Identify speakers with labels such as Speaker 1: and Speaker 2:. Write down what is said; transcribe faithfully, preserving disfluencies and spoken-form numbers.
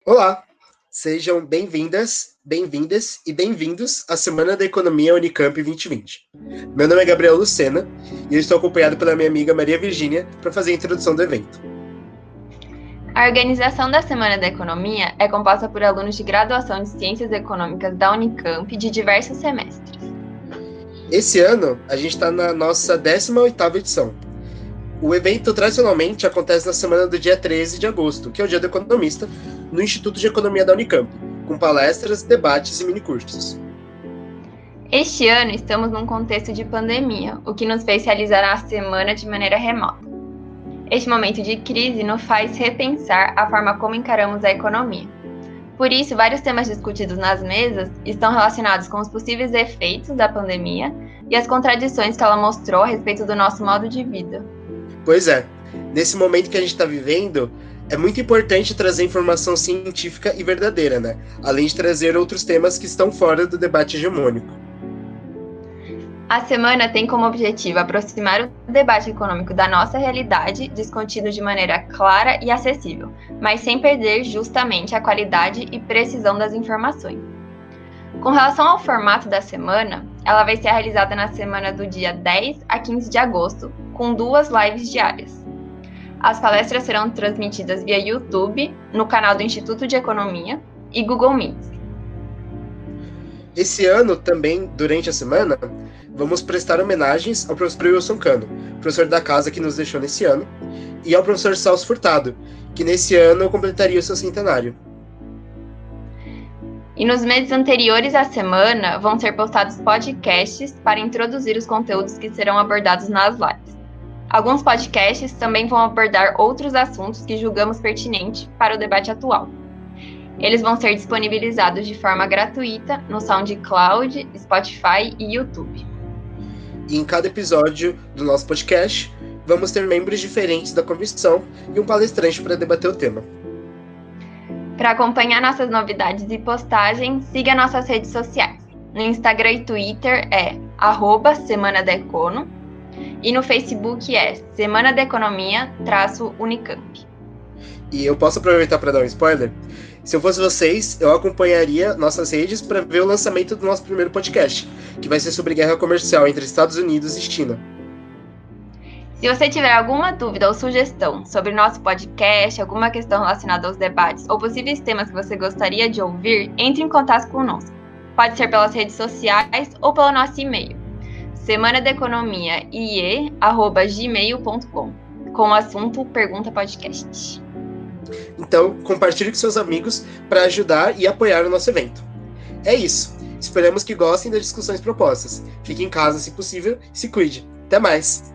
Speaker 1: Olá, sejam bem-vindas, bem-vindas e bem-vindos à Semana da Economia Unicamp vinte e vinte. Meu nome é Gabriel Lucena e eu estou acompanhado pela minha amiga Maria Virgínia para fazer a introdução do evento.
Speaker 2: A organização da Semana da Economia é composta por alunos de graduação de Ciências Econômicas da Unicamp de diversos semestres.
Speaker 1: Esse ano, a gente está na nossa décima oitava edição. O evento, tradicionalmente, acontece na semana do dia treze de agosto, que é o Dia do Economista, no Instituto de Economia da Unicamp, com palestras, debates e minicursos.
Speaker 2: Este ano estamos num contexto de pandemia, o que nos fez realizar a semana de maneira remota. Este momento de crise nos faz repensar a forma como encaramos a economia. Por isso, vários temas discutidos nas mesas estão relacionados com os possíveis efeitos da pandemia e as contradições que ela mostrou a respeito do nosso modo de vida.
Speaker 1: Pois é, nesse momento que a gente está vivendo, é muito importante trazer informação científica e verdadeira, né? Além de trazer outros temas que estão fora do debate hegemônico.
Speaker 2: A semana tem como objetivo aproximar o debate econômico da nossa realidade, discutido de maneira clara e acessível, mas sem perder justamente a qualidade e precisão das informações. Com relação ao formato da semana, ela vai ser realizada na semana do dia dez a quinze de agosto, com duas lives diárias. As palestras serão transmitidas via YouTube, no canal do Instituto de Economia e Google Meet.
Speaker 1: Esse ano, também, durante a semana, vamos prestar homenagens ao professor Wilson Cano, professor da casa que nos deixou nesse ano, e ao professor Celso Furtado, que nesse ano completaria o seu centenário.
Speaker 2: E nos meses anteriores à semana, vão ser postados podcasts para introduzir os conteúdos que serão abordados nas lives. Alguns podcasts também vão abordar outros assuntos que julgamos pertinentes para o debate atual. Eles vão ser disponibilizados de forma gratuita no SoundCloud, Spotify e YouTube.
Speaker 1: E em cada episódio do nosso podcast, vamos ter membros diferentes da comissão e um palestrante para debater o tema.
Speaker 2: Para acompanhar nossas novidades e postagens, siga nossas redes sociais. No Instagram e Twitter é arroba Semana da Econo e no Facebook é Semana da Economia traço Unicamp.
Speaker 1: E eu posso aproveitar para dar um spoiler? Se eu fosse vocês, eu acompanharia nossas redes para ver o lançamento do nosso primeiro podcast, que vai ser sobre guerra comercial entre Estados Unidos e China.
Speaker 2: Se você tiver alguma dúvida ou sugestão sobre nosso podcast, alguma questão relacionada aos debates ou possíveis temas que você gostaria de ouvir, entre em contato conosco. Pode ser pelas redes sociais ou pelo nosso e-mail, semana da economia i e arroba gmail ponto com, com o assunto Pergunta Podcast.
Speaker 1: Então, compartilhe com seus amigos para ajudar e apoiar o nosso evento. É isso. Esperamos que gostem das discussões propostas. Fique em casa se possível e se cuide. Até mais!